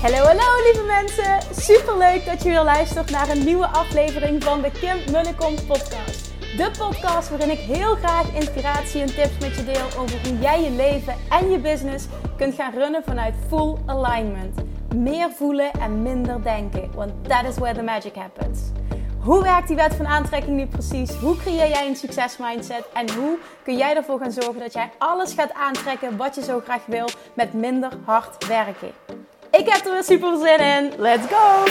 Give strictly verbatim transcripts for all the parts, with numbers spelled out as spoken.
Hallo, hallo lieve mensen! Superleuk dat je weer luistert naar een nieuwe aflevering van de Kim Munnekom podcast. De podcast waarin ik heel graag inspiratie en tips met je deel over hoe jij je leven en je business kunt gaan runnen vanuit full alignment. Meer voelen en minder denken, want that is where the magic happens. Hoe werkt die wet van aantrekking nu precies? Hoe creëer jij een succesmindset? En hoe kun jij ervoor gaan zorgen dat jij alles gaat aantrekken wat je zo graag wil met minder hard werken? Ik heb er weer super zin in. Let's go!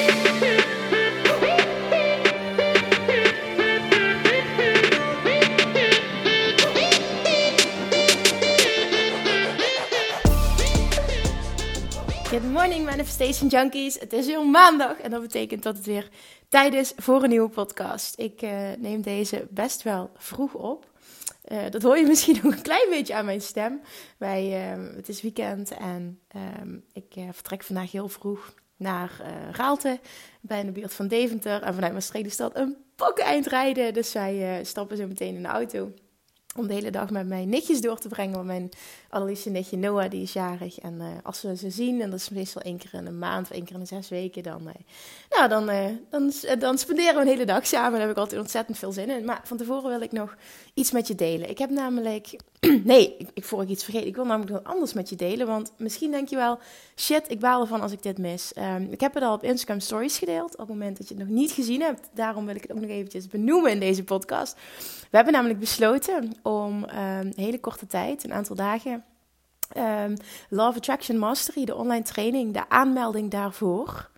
Good morning Manifestation Junkies. Het is weer maandag en dat betekent dat het weer tijd is voor een nieuwe podcast. Ik uh, neem deze best wel vroeg op. Uh, dat hoor je misschien nog een klein beetje aan mijn stem. Wij, uh, het is weekend en uh, ik uh, vertrek vandaag heel vroeg naar uh, Raalte, bij de buurt van Deventer. En vanuit Maastricht is dat een eind rijden. Dus wij uh, stappen zo meteen in de auto om de hele dag met mijn nichtjes door te brengen. Want mijn allerliefste nichtje Noah, die is jarig. En uh, als we ze zien, en dat is meestal één keer in een maand of één keer in de zes weken, dan, uh, nou, dan, uh, dan, dan spenderen we een hele dag samen. Daar heb ik altijd ontzettend veel zin in. Maar van tevoren wil ik nog iets met je delen. Ik heb namelijk... Nee, ik, ik voor ik iets vergeet. Ik wil namelijk nog wat anders met je delen. Want misschien denk je wel, shit, ik baal ervan als ik dit mis. Um, ik heb het al op Instagram Stories gedeeld. Op het moment dat je het nog niet gezien hebt. Daarom wil ik het ook nog eventjes benoemen in deze podcast. We hebben namelijk besloten om um, een hele korte tijd, een aantal dagen, um, Law of Attraction Mastery, de online training, de aanmelding daarvoor,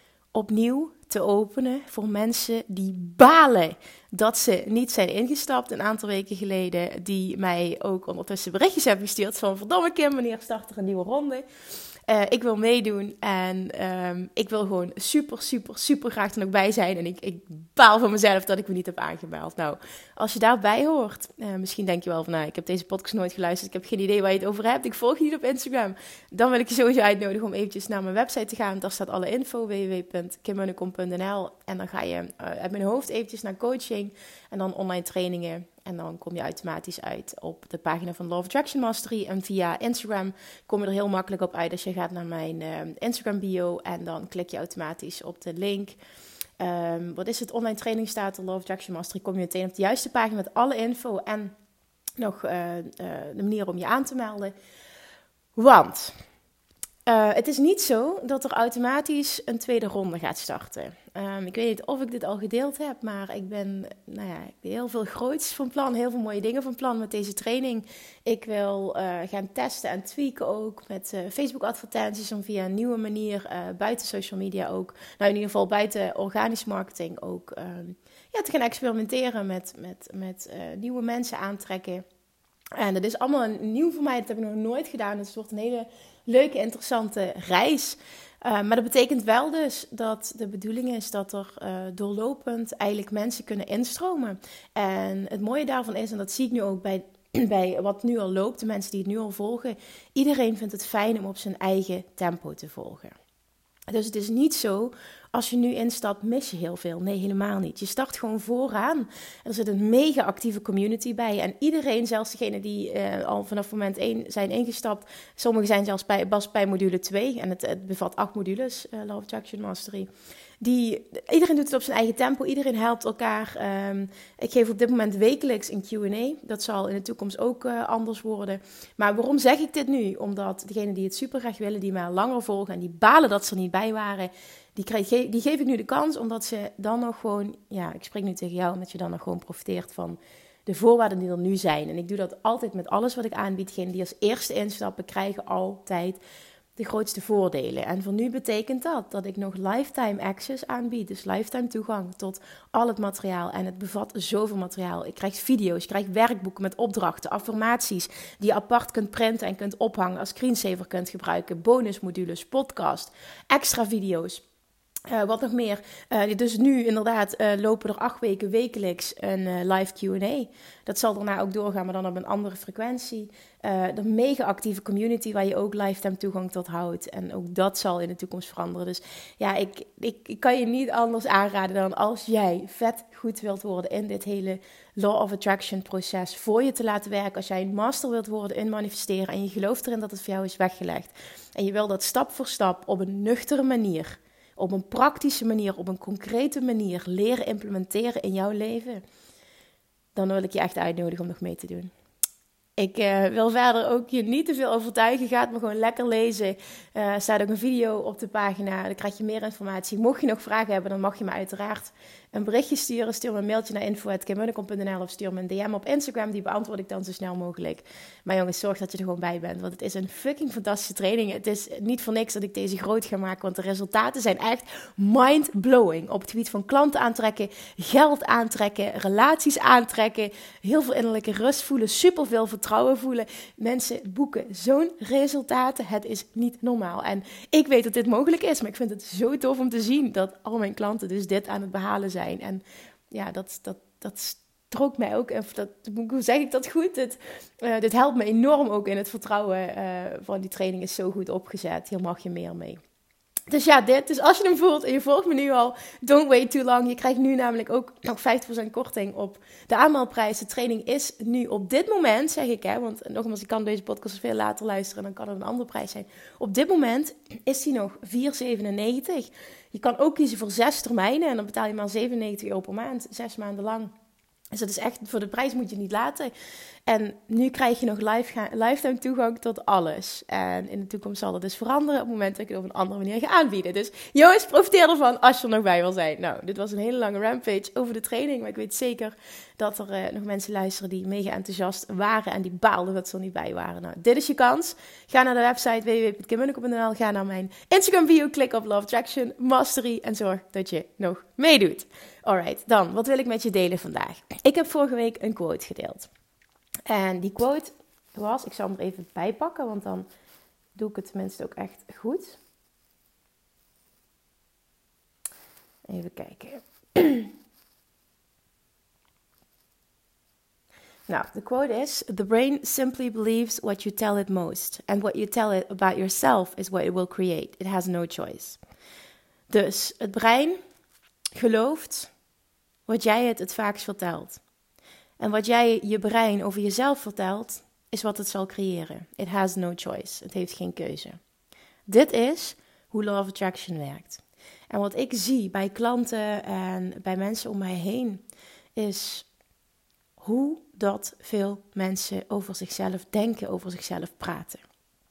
opnieuw te openen voor mensen die balen dat ze niet zijn ingestapt een aantal weken geleden, die mij ook ondertussen berichtjes hebben gestuurd van verdomme Kim, wanneer start er een nieuwe ronde? Uh, ik wil meedoen en um, ik wil gewoon super, super, super graag er nog bij zijn. En ik, ik baal van mezelf dat ik me niet heb aangemeld. Nou, als je daarbij hoort, uh, misschien denk je wel van, nou, ik heb deze podcast nooit geluisterd. Ik heb geen idee waar je het over hebt. Ik volg je niet op Instagram. Dan wil ik je sowieso uitnodigen om eventjes naar mijn website te gaan. Daar staat alle info, w w w punt kim munnekom punt n l. En dan ga je uh, uit mijn hoofd eventjes naar coaching en dan online trainingen. En dan kom je automatisch uit op de pagina van Law of Attraction Mastery. En via Instagram kom je er heel makkelijk op uit als je gaat naar mijn uh, Instagram bio. En dan klik je automatisch op de link. Um, wat is het? Online training staat de Law of Attraction Mastery. Kom je meteen op de juiste pagina met alle info. En nog uh, uh, de manier om je aan te melden. Want... Uh, het is niet zo dat er automatisch een tweede ronde gaat starten. Um, ik weet niet of ik dit al gedeeld heb, maar ik ben, nou ja, ik ben heel veel groots van plan, heel veel mooie dingen van plan met deze training. Ik wil uh, gaan testen en tweaken ook met uh, Facebook-advertenties om via een nieuwe manier uh, buiten social media ook, nou in ieder geval buiten organisch marketing ook, um, ja, te gaan experimenteren met, met, met uh, nieuwe mensen aantrekken. En dat is allemaal nieuw voor mij, dat heb ik nog nooit gedaan, dus het wordt een hele leuke, interessante reis. Uh, maar dat betekent wel dus dat de bedoeling is dat er uh, doorlopend eigenlijk mensen kunnen instromen. En het mooie daarvan is, en dat zie ik nu ook bij, bij wat nu al loopt, de mensen die het nu al volgen. Iedereen vindt het fijn om op zijn eigen tempo te volgen. Dus het is niet zo, als je nu instapt, mis je heel veel. Nee, helemaal niet. Je start gewoon vooraan. Er zit een mega actieve community bij. En iedereen, zelfs degenen die uh, al vanaf moment één zijn ingestapt. Sommigen zijn zelfs bij, pas bij module twee. En het, het bevat acht modules, uh, Law of Attraction Mastery. Die, iedereen doet het op zijn eigen tempo. Iedereen helpt elkaar. Um, ik geef op dit moment wekelijks een Q en A. Dat zal in de toekomst ook uh, anders worden. Maar waarom zeg ik dit nu? Omdat degenen die het super graag willen, die mij al langer volgen en die balen dat ze er niet bij waren, die, krijg, die geef ik nu de kans, omdat ze dan nog gewoon, ja, ik spreek nu tegen jou, omdat je dan nog gewoon profiteert van de voorwaarden die er nu zijn. En ik doe dat altijd met alles wat ik aanbied. Degenen die als eerste instappen, krijgen altijd de grootste voordelen. En voor nu betekent dat dat ik nog lifetime access aanbied. Dus lifetime toegang tot al het materiaal. En het bevat zoveel materiaal. Ik krijg video's, je krijgt werkboeken met opdrachten, affirmaties die je apart kunt printen en kunt ophangen, als screensaver kunt gebruiken, bonusmodules, podcast, extra video's. Uh, wat nog meer? Uh, dus nu inderdaad uh, lopen er acht weken wekelijks een uh, live Q en A. Dat zal daarna ook doorgaan, maar dan op een andere frequentie. Uh, de mega actieve community waar je ook lifetime toegang tot houdt. En ook dat zal in de toekomst veranderen. Dus ja, ik, ik, ik kan je niet anders aanraden dan als jij vet goed wilt worden in dit hele Law of Attraction proces. Voor je te laten werken. Als jij een master wilt worden in manifesteren en je gelooft erin dat het voor jou is weggelegd. En je wil dat stap voor stap op een nuchtere manier, op een praktische manier, op een concrete manier leren implementeren in jouw leven, dan wil ik je echt uitnodigen om nog mee te doen. Ik uh, wil verder ook je niet te veel overtuigen. Ga het maar gewoon lekker lezen. Uh, er staat ook een video op de pagina. Dan krijg je meer informatie. Mocht je nog vragen hebben, dan mag je me uiteraard een berichtje sturen. Stuur me een mailtje naar info at kim munnekom punt n l of stuur me een D M op Instagram. Die beantwoord ik dan zo snel mogelijk. Maar jongens, zorg dat je er gewoon bij bent. Want het is een fucking fantastische training. Het is niet voor niks dat ik deze groot ga maken. Want de resultaten zijn echt mind-blowing. Op het gebied van klanten aantrekken, geld aantrekken, relaties aantrekken. Heel veel innerlijke rust voelen. Superveel vertrouwen voelen. Mensen boeken zo'n resultaten. Het is niet normaal. En ik weet dat dit mogelijk is. Maar ik vind het zo tof om te zien dat al mijn klanten dus dit aan het behalen zijn. En ja, dat, dat, dat strookt mij ook. Dat, hoe zeg ik dat goed? Dit, uh, dit helpt me enorm ook in het vertrouwen uh, van die training is zo goed opgezet. Hier mag je meer mee. Dus ja, dit. Dus als je hem voelt en je volgt me nu al, don't wait too long. Je krijgt nu namelijk ook nog vijftig procent korting op de aanmeldprijs. De training is nu op dit moment, zeg ik hè, want nogmaals, ik kan deze podcast veel later luisteren en dan kan het een andere prijs zijn. Op dit moment is die nog vier zevenennegentig. Je kan ook kiezen voor zes termijnen en dan betaal je maar zevenennegentig euro per maand, zes maanden lang. Dus dat is echt, voor de prijs moet je niet laten. En nu krijg je nog live, lifetime toegang tot alles. En in de toekomst zal dat dus veranderen op het moment dat ik het op een andere manier ga aanbieden. Dus jongens, profiteer ervan als je er nog bij wil zijn. Nou, dit was een hele lange rampage over de training. Maar ik weet zeker dat er uh, nog mensen luisteren die mega enthousiast waren. En die baalden dat ze er niet bij waren. Nou, dit is je kans. Ga naar de website w w w punt kim munnekom punt n l. Ga naar mijn Instagram bio, klik op Law of Attraction Mastery. En zorg dat je nog meedoet. Alright, dan, wat wil ik met je delen vandaag? Ik heb vorige week een quote gedeeld. En die quote was, ik zal hem er even bij pakken, want dan doe ik het tenminste ook echt goed. Even kijken. Nou, de quote is: The brain simply believes what you tell it most. And what you tell it about yourself is what it will create. It has no choice. Dus het brein gelooft wat jij het het vaakst vertelt. En wat jij je brein over jezelf vertelt, is wat het zal creëren. It has no choice. Het heeft geen keuze. Dit is hoe Law of Attraction werkt. En wat ik zie bij klanten en bij mensen om mij heen, is hoe dat veel mensen over zichzelf denken, over zichzelf praten.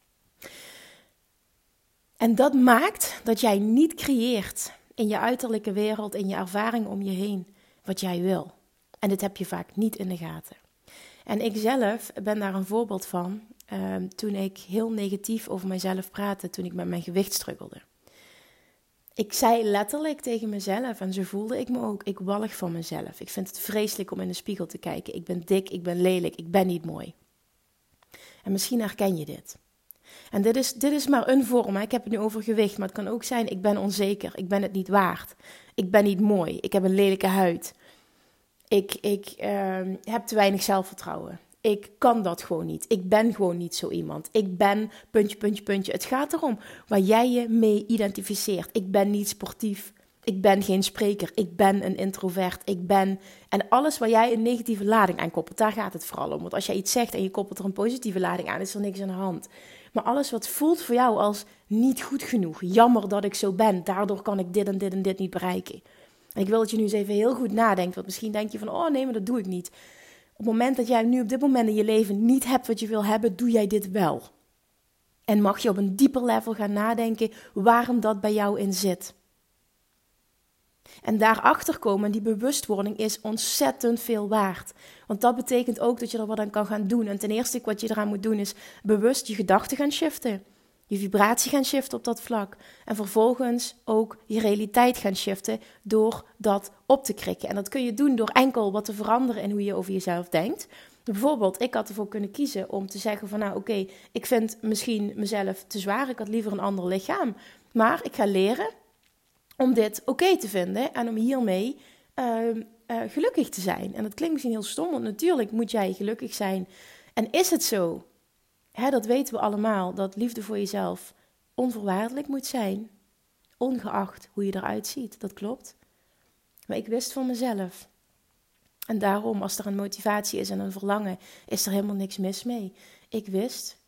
En dat maakt dat jij niet creëert in je uiterlijke wereld, in je ervaring om je heen, wat jij wil. En dit heb je vaak niet in de gaten. En ik zelf ben daar een voorbeeld van uh, toen ik heel negatief over mezelf praatte, toen ik met mijn gewicht struggelde. Ik zei letterlijk tegen mezelf, en zo voelde ik me ook, ik walg van mezelf. Ik vind het vreselijk om in de spiegel te kijken. Ik ben dik, ik ben lelijk, ik ben niet mooi. En misschien herken je dit. En dit is, dit is maar een vorm, hè? Ik heb het nu over gewicht, maar het kan ook zijn, ik ben onzeker, ik ben het niet waard. Ik ben niet mooi, ik heb een lelijke huid. Ik, ik uh, heb te weinig zelfvertrouwen. Ik kan dat gewoon niet. Ik ben gewoon niet zo iemand. Ik ben puntje, puntje, puntje. Het gaat erom waar jij je mee identificeert. Ik ben niet sportief. Ik ben geen spreker. Ik ben een introvert. Ik ben... En alles waar jij een negatieve lading aan koppelt, daar gaat het vooral om. Want als jij iets zegt en je koppelt er een positieve lading aan, is er niks aan de hand. Maar alles wat voelt voor jou als niet goed genoeg. Jammer dat ik zo ben. Daardoor kan ik dit en dit en dit niet bereiken. En ik wil dat je nu eens even heel goed nadenkt. Want misschien denk je van, oh nee, maar dat doe ik niet. Op het moment dat jij nu op dit moment in je leven niet hebt wat je wil hebben, doe jij dit wel. En mag je op een dieper level gaan nadenken waarom dat bij jou in zit. En daarachter komen, die bewustwording is ontzettend veel waard. Want dat betekent ook dat je er wat aan kan gaan doen. En ten eerste wat je eraan moet doen is bewust je gedachten gaan shiften. Je vibratie gaan shiften op dat vlak. En vervolgens ook je realiteit gaan shiften door dat op te krikken. En dat kun je doen door enkel wat te veranderen in hoe je over jezelf denkt. Bijvoorbeeld, ik had ervoor kunnen kiezen om te zeggen van nou oké, okay, ik vind misschien mezelf te zwaar. Ik had liever een ander lichaam. Maar ik ga leren om dit oké te vinden en om hiermee uh, uh, gelukkig te zijn. En dat klinkt misschien heel stom, want natuurlijk moet jij gelukkig zijn. En is het zo, hè, dat weten we allemaal, dat liefde voor jezelf onvoorwaardelijk moet zijn, ongeacht hoe je eruit ziet. Dat klopt. Maar ik wist van mezelf. En daarom, als er een motivatie is en een verlangen, is er helemaal niks mis mee. Ik wist,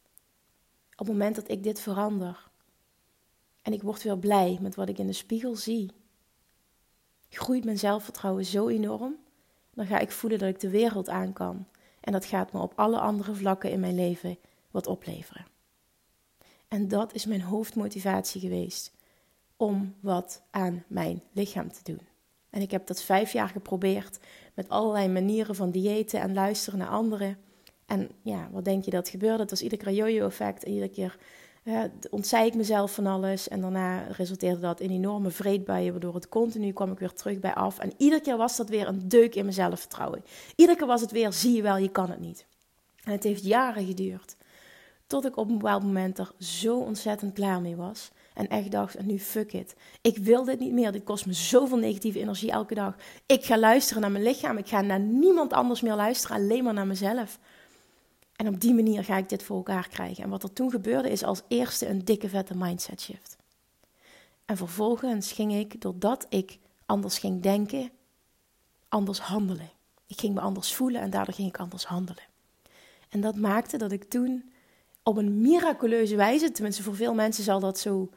op het moment dat ik dit verander en ik word weer blij met wat ik in de spiegel zie, groeit mijn zelfvertrouwen zo enorm, dan ga ik voelen dat ik de wereld aan kan. En dat gaat me op alle andere vlakken in mijn leven wat opleveren. En dat is mijn hoofdmotivatie geweest om wat aan mijn lichaam te doen. En ik heb dat vijf jaar geprobeerd met allerlei manieren van diëten en luisteren naar anderen. En ja, wat denk je dat gebeurde? Het was iedere keer een yo-yo-effect. En iedere keer uh, ontzei ik mezelf van alles. En daarna resulteerde dat in enorme vreedbuien, waardoor het continu kwam ik weer terug bij af. En iedere keer was dat weer een deuk in mijn zelfvertrouwen. Iedere keer was het weer, zie je wel, je kan het niet. En het heeft jaren geduurd. Tot ik op een bepaald moment er zo ontzettend klaar mee was. En echt dacht, en nu fuck it. Ik wil dit niet meer. Dit kost me zoveel negatieve energie elke dag. Ik ga luisteren naar mijn lichaam. Ik ga naar niemand anders meer luisteren. Alleen maar naar mezelf. En op die manier ga ik dit voor elkaar krijgen. En wat er toen gebeurde is als eerste een dikke vette mindset shift. En vervolgens ging ik, doordat ik anders ging denken, anders handelen. Ik ging me anders voelen en daardoor ging ik anders handelen. En dat maakte dat ik toen op een miraculeuze wijze, tenminste voor veel mensen zal dat zo,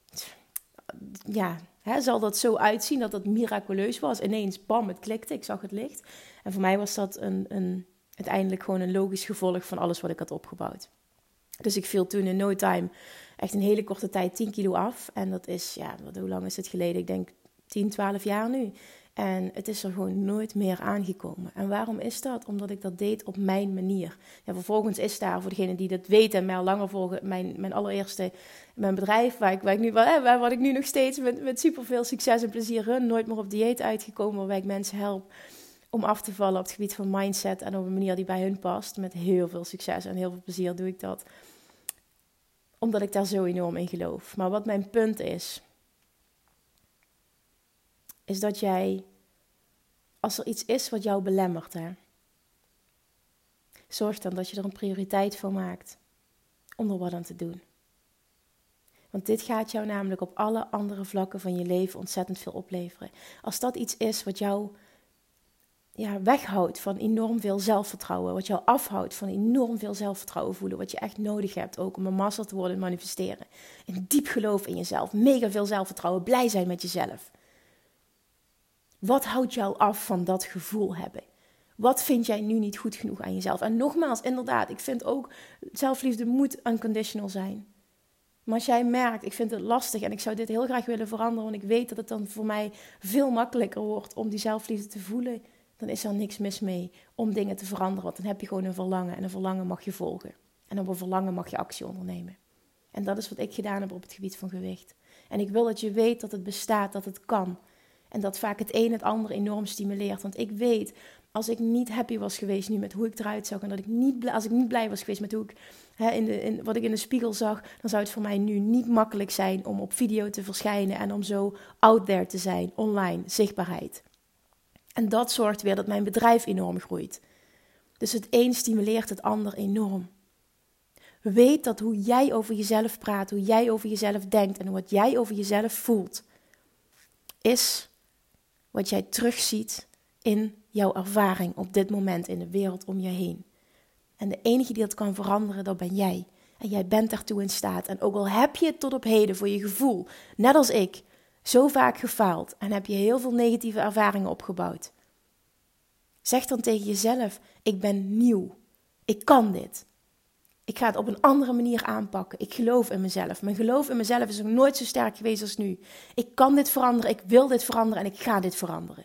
ja, hè, zal dat zo uitzien dat dat miraculeus was. Ineens, bam, het klikte, ik zag het licht. En voor mij was dat een, een, uiteindelijk gewoon een logisch gevolg van alles wat ik had opgebouwd. Dus ik viel toen in no time, echt een hele korte tijd, tien kilo af. En dat is, ja, wat, hoe lang is het geleden? Ik denk tien, twaalf jaar nu. En het is er gewoon nooit meer aangekomen. En waarom is dat? Omdat ik dat deed op mijn manier. Ja, vervolgens is daar, voor degenen die dat weten en mij al langer volgen, mijn, mijn allereerste mijn bedrijf, waar ik, waar ik nu, waar, wat ik nu nog steeds met, met superveel succes en plezier run, nooit meer op dieet uitgekomen, waarbij ik mensen help om af te vallen op het gebied van mindset en op een manier die bij hun past. Met heel veel succes en heel veel plezier doe ik dat. Omdat ik daar zo enorm in geloof. Maar wat mijn punt is, is dat jij, als er iets is wat jou belemmert, hè, zorg dan dat je er een prioriteit van maakt om er wat aan te doen. Want dit gaat jou namelijk op alle andere vlakken van je leven ontzettend veel opleveren. Als dat iets is wat jou ja, weghoudt van enorm veel zelfvertrouwen, wat jou afhoudt van enorm veel zelfvertrouwen voelen, wat je echt nodig hebt ook om een master te worden en manifesteren. Een diep geloof in jezelf, mega veel zelfvertrouwen, blij zijn met jezelf. Wat houdt jou af van dat gevoel hebben? Wat vind jij nu niet goed genoeg aan jezelf? En nogmaals, inderdaad, ik vind ook zelfliefde moet unconditional zijn. Maar als jij merkt, ik vind het lastig en ik zou dit heel graag willen veranderen, want ik weet dat het dan voor mij veel makkelijker wordt om die zelfliefde te voelen, dan is er niks mis mee om dingen te veranderen. Want dan heb je gewoon een verlangen en een verlangen mag je volgen. En op een verlangen mag je actie ondernemen. En dat is wat ik gedaan heb op het gebied van gewicht. En ik wil dat je weet dat het bestaat, dat het kan. En dat vaak het een het ander enorm stimuleert. Want ik weet, als ik niet happy was geweest nu met hoe ik eruit zag, en dat ik niet blij, als ik niet blij was geweest met hoe ik, hè, in de, in, wat ik in de spiegel zag, dan zou het voor mij nu niet makkelijk zijn om op video te verschijnen en om zo out there te zijn, online, zichtbaarheid. En dat zorgt weer dat mijn bedrijf enorm groeit. Dus het een stimuleert het ander enorm. Weet dat hoe jij over jezelf praat, hoe jij over jezelf denkt en wat jij over jezelf voelt, is wat jij terugziet in jouw ervaring op dit moment in de wereld om je heen. En de enige die dat kan veranderen, dat ben jij. En jij bent daartoe in staat. En ook al heb je het tot op heden voor je gevoel, net als ik, zo vaak gefaald en heb je heel veel negatieve ervaringen opgebouwd. Zeg dan tegen jezelf, ik ben nieuw. Ik kan dit. Ik ga het op een andere manier aanpakken. Ik geloof in mezelf. Mijn geloof in mezelf is nog nooit zo sterk geweest als nu. Ik kan dit veranderen, ik wil dit veranderen en ik ga dit veranderen.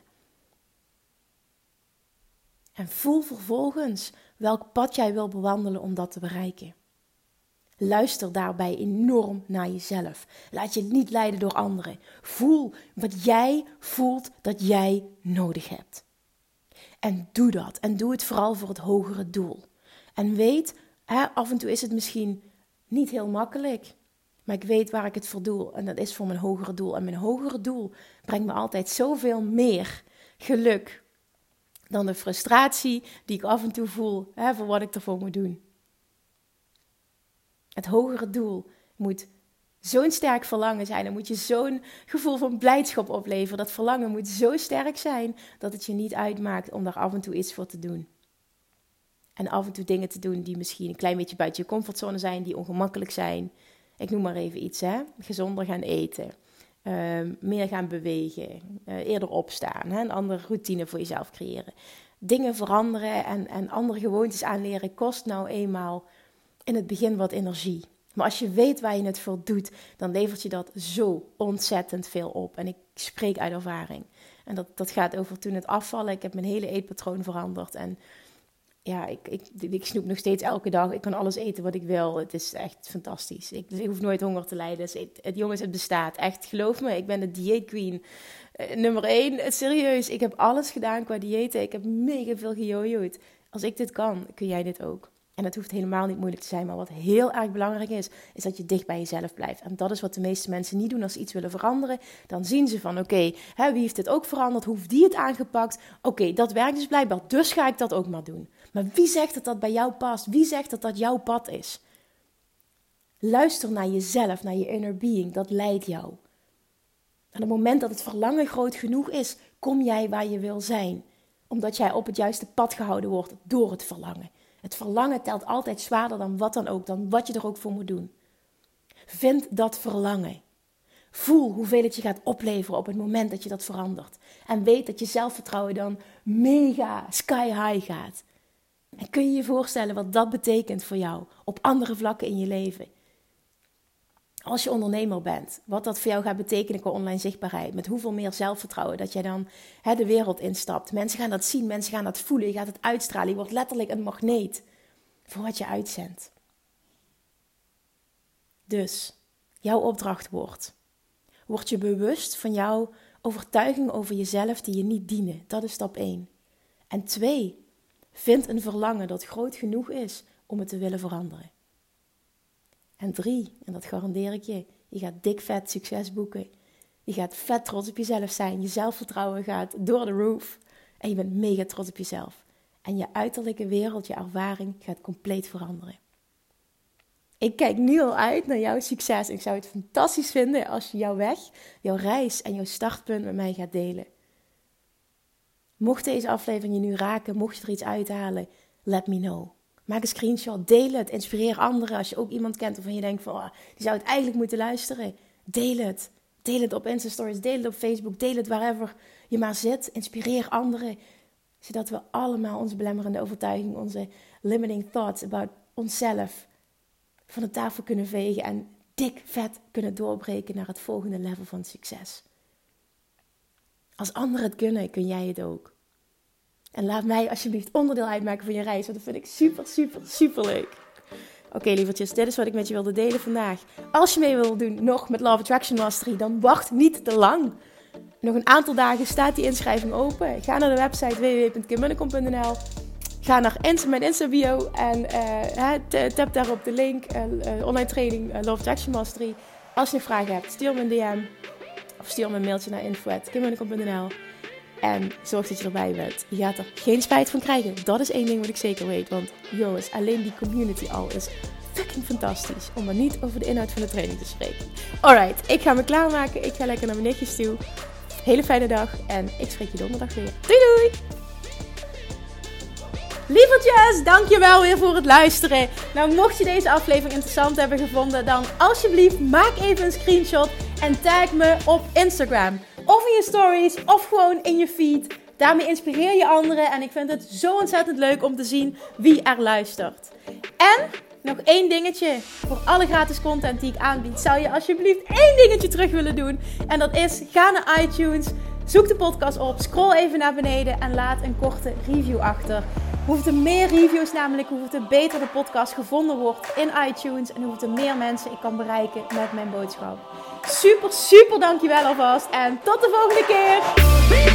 En voel vervolgens welk pad jij wil bewandelen om dat te bereiken. Luister daarbij enorm naar jezelf. Laat je niet leiden door anderen. Voel wat jij voelt dat jij nodig hebt. En doe dat. En doe het vooral voor het hogere doel. En weet, hè, af en toe is het misschien niet heel makkelijk. Maar ik weet waar ik het voor doe. En dat is voor mijn hogere doel. En mijn hogere doel brengt me altijd zoveel meer geluk dan de frustratie die ik af en toe voel, hè, voor wat ik ervoor moet doen. Het hogere doel moet zo'n sterk verlangen zijn. Dan moet je zo'n gevoel van blijdschap opleveren. Dat verlangen moet zo sterk zijn dat het je niet uitmaakt om daar af en toe iets voor te doen. En af en toe dingen te doen die misschien een klein beetje buiten je comfortzone zijn, die ongemakkelijk zijn. Ik noem maar even iets, hè. Gezonder gaan eten. Uh, meer gaan bewegen. Uh, eerder opstaan. Hè? Een andere routine voor jezelf creëren. Dingen veranderen en, en andere gewoontes aanleren kost nou eenmaal in het begin wat energie. Maar als je weet waar je het voor doet, dan levert je dat zo ontzettend veel op. En ik spreek uit ervaring. En dat, dat gaat over toen het afvallen. Ik heb mijn hele eetpatroon veranderd. En ja, ik, ik, ik snoep nog steeds elke dag. Ik kan alles eten wat ik wil. Het is echt fantastisch. Ik, dus ik hoef nooit honger te lijden. Dus het, het, jongens, het bestaat. Echt, geloof me, ik ben de dieet queen. Uh, nummer één, serieus. Ik heb alles gedaan qua diëten. Ik heb mega veel gejojoed. Als ik dit kan, kun jij dit ook. En het hoeft helemaal niet moeilijk te zijn. Maar wat heel erg belangrijk is, is dat je dicht bij jezelf blijft. En dat is wat de meeste mensen niet doen als ze iets willen veranderen. Dan zien ze van, oké, okay, wie heeft dit ook veranderd? Hoe heeft die het aangepakt? Oké, okay, dat werkt dus blijkbaar. Dus ga ik dat ook maar doen. Maar wie zegt dat dat bij jou past? Wie zegt dat dat jouw pad is? Luister naar jezelf, naar je inner being. Dat leidt jou. En op het moment dat het verlangen groot genoeg is, kom jij waar je wil zijn. Omdat jij op het juiste pad gehouden wordt door het verlangen. Het verlangen telt altijd zwaarder dan wat dan ook, dan wat je er ook voor moet doen. Vind dat verlangen. Voel hoeveel het je gaat opleveren op het moment dat je dat verandert. En weet dat je zelfvertrouwen dan mega sky high gaat. En kun je je voorstellen wat dat betekent voor jou op andere vlakken in je leven? Als je ondernemer bent, wat dat voor jou gaat betekenen qua online zichtbaarheid. Met hoeveel meer zelfvertrouwen dat jij dan hè, de wereld instapt. Mensen gaan dat zien, mensen gaan dat voelen. Je gaat het uitstralen. Je wordt letterlijk een magneet voor wat je uitzendt. Dus, jouw opdracht wordt. Word je bewust van jouw overtuiging over jezelf die je niet dienen. Dat is stap één. En twee, vind een verlangen dat groot genoeg is om het te willen veranderen. En drie, en dat garandeer ik je, je gaat dik vet succes boeken. Je gaat vet trots op jezelf zijn. Je zelfvertrouwen gaat door de roof. En je bent mega trots op jezelf. En je uiterlijke wereld, je ervaring gaat compleet veranderen. Ik kijk nu al uit naar jouw succes. Ik zou het fantastisch vinden als je jouw weg, jouw reis en jouw startpunt met mij gaat delen. Mocht deze aflevering je nu raken, mocht je er iets uithalen, let me know. Maak een screenshot, deel het, inspireer anderen. Als je ook iemand kent waarvan je denkt van, oh, die zou het eigenlijk moeten luisteren. Deel het. Deel het op Insta-stories, deel het op Facebook, deel het wherever je maar zit. Inspireer anderen. Zodat we allemaal onze belemmerende overtuiging, onze limiting thoughts about onszelf van de tafel kunnen vegen en dik vet kunnen doorbreken naar het volgende level van succes. Als anderen het kunnen, kun jij het ook. En laat mij alsjeblieft onderdeel uitmaken van je reis. Want dat vind ik super, super, super leuk. Oké, okay, lievertjes, dit is wat ik met je wilde delen vandaag. Als je mee wil doen nog met Law of Attraction Mastery, dan wacht niet te lang. Nog een aantal dagen staat die inschrijving open. Ga naar de website w w w punt kim munnekom punt n l. Ga naar Insta, mijn Insta bio en uh, tap daar op de link. Uh, uh, online training uh, Law of Attraction Mastery. Als je een vraag hebt, stuur me een D M. Of stuur me een mailtje naar info at kim munnekom punt n l. En zorg dat je erbij bent. Je gaat er geen spijt van krijgen. Dat is één ding wat ik zeker weet. Want jongens, alleen die community al is fucking fantastisch. Om maar niet over de inhoud van de training te spreken. Alright, ik ga me klaarmaken. Ik ga lekker naar mijn nichtjes toe. Hele fijne dag. En ik spreek je donderdag weer. Doei doei! Lievertjes, dankjewel weer voor het luisteren. Nou, mocht je deze aflevering interessant hebben gevonden, dan alsjeblieft maak even een screenshot en tag me op Instagram. Of in je stories, of gewoon in je feed. Daarmee inspireer je anderen en ik vind het zo ontzettend leuk om te zien wie er luistert. En nog één dingetje. Voor alle gratis content die ik aanbied, zou je alsjeblieft één dingetje terug willen doen. En dat is, ga naar iTunes, zoek de podcast op, scroll even naar beneden en laat een korte review achter. Hoeveel er meer reviews namelijk, hoeveel er beter de podcast gevonden wordt in iTunes. En hoeveel er meer mensen ik kan bereiken met mijn boodschap. Super, super dankjewel alvast. En tot de volgende keer.